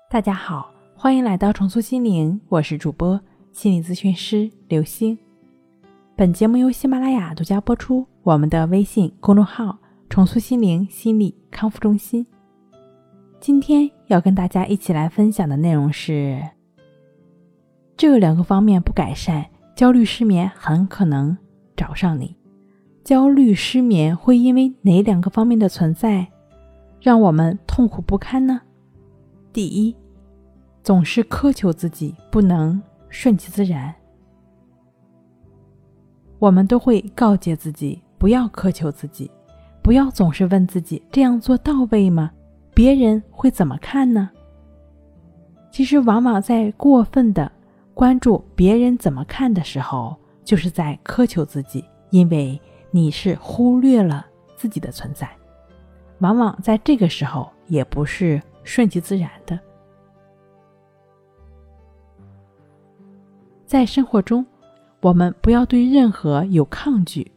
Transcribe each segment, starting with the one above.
大家好，欢迎来到重塑心灵，我是主播心理咨询师刘星。本节目由喜马拉雅独家播出，我们的微信公众号重塑心灵心理康复中心。今天要跟大家一起来分享的内容是，这两个方面不改善，焦虑失眠很可能找上你。焦虑失眠会因为哪两个方面的存在让我们痛苦不堪呢？第一，总是苛求自己，不能顺其自然。我们都会告诫自己，不要苛求自己，不要总是问自己这样做到位吗？别人会怎么看呢？其实往往在过分的关注别人怎么看的时候，就是在苛求自己，因为你是忽略了自己的存在。往往在这个时候也不是顺其自然的。在生活中，我们不要对任何有抗拒，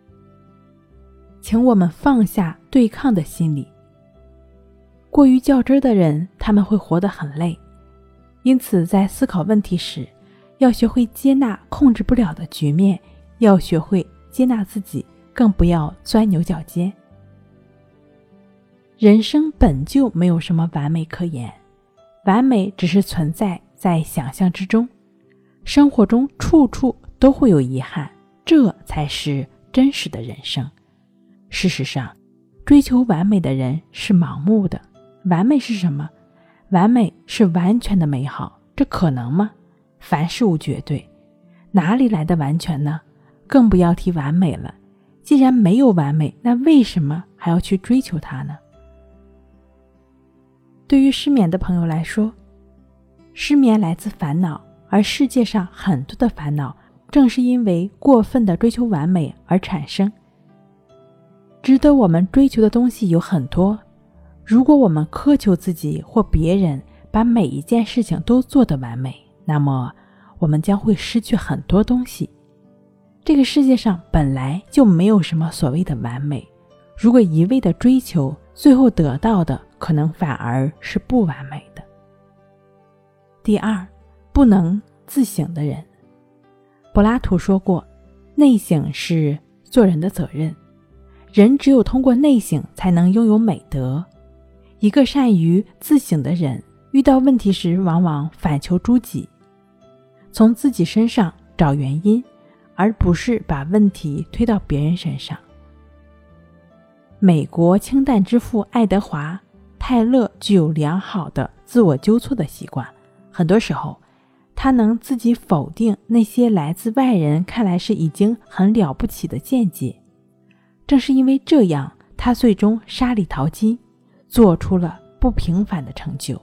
请我们放下对抗的心理。过于较真的人，他们会活得很累，因此在思考问题时，要学会接纳控制不了的局面，要学会接纳自己，更不要钻牛角尖。人生本就没有什么完美可言，完美只是存在在想象之中。生活中处处都会有遗憾，这才是真实的人生。事实上，追求完美的人是盲目的。完美是什么？完美是完全的美好，这可能吗？凡事无绝对，哪里来的完全呢？更不要提完美了。既然没有完美，那为什么还要去追求它呢？对于失眠的朋友来说，失眠来自烦恼，而世界上很多的烦恼正是因为过分的追求完美而产生。值得我们追求的东西有很多，如果我们苛求自己或别人把每一件事情都做得完美，那么我们将会失去很多东西。这个世界上本来就没有什么所谓的完美，如果一味的追求，最后得到的可能反而是不完美的。第二，不能自省的人。柏拉图说过，内省是做人的责任，人只有通过内省才能拥有美德。一个善于自省的人，遇到问题时往往反求诸己，从自己身上找原因，而不是把问题推到别人身上。美国氢弹之父爱德华·泰勒具有良好的自我纠错的习惯，很多时候他能自己否定那些来自外人看来是已经很了不起的见解。正是因为这样，他最终沙里淘金，做出了不平凡的成就。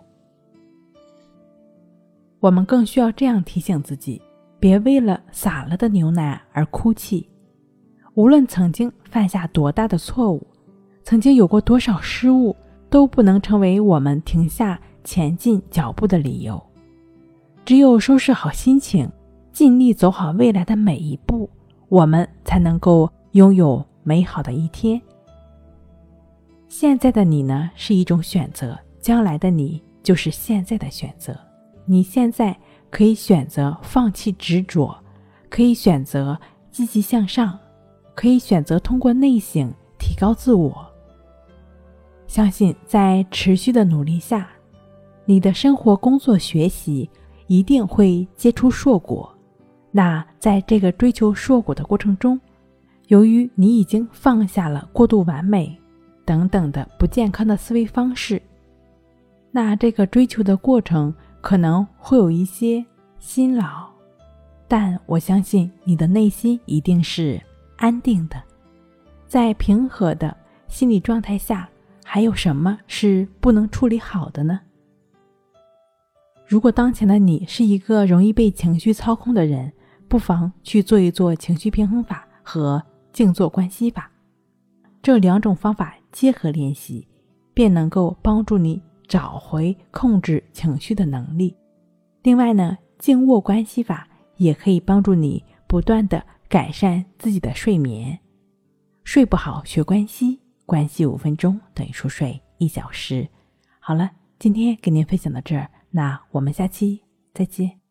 我们更需要这样提醒自己，别为了洒了的牛奶而哭泣。无论曾经犯下多大的错误，曾经有过多少失误，都不能成为我们停下前进脚步的理由。只有收拾好心情，尽力走好未来的每一步，我们才能够拥有美好的一天。现在的你呢，是一种选择，将来的你就是现在的选择。你现在可以选择放弃执着，可以选择积极向上，可以选择通过内省提高自我。相信在持续的努力下，你的生活、工作、学习一定会结出硕果。那在这个追求硕果的过程中，由于你已经放下了过度完美等等的不健康的思维方式，那这个追求的过程可能会有一些辛劳，但我相信你的内心一定是安定的。在平和的心理状态下，还有什么是不能处理好的呢？如果当前的你是一个容易被情绪操控的人，不妨去做一做情绪平衡法和静坐观息法。这两种方法结合练习，便能够帮助你找回控制情绪的能力。另外呢，静卧观息法也可以帮助你不断的改善自己的睡眠。睡不好学关息，关系5分钟等于熟睡1小时。好了，今天给您分享到这儿， 那我们下期再见。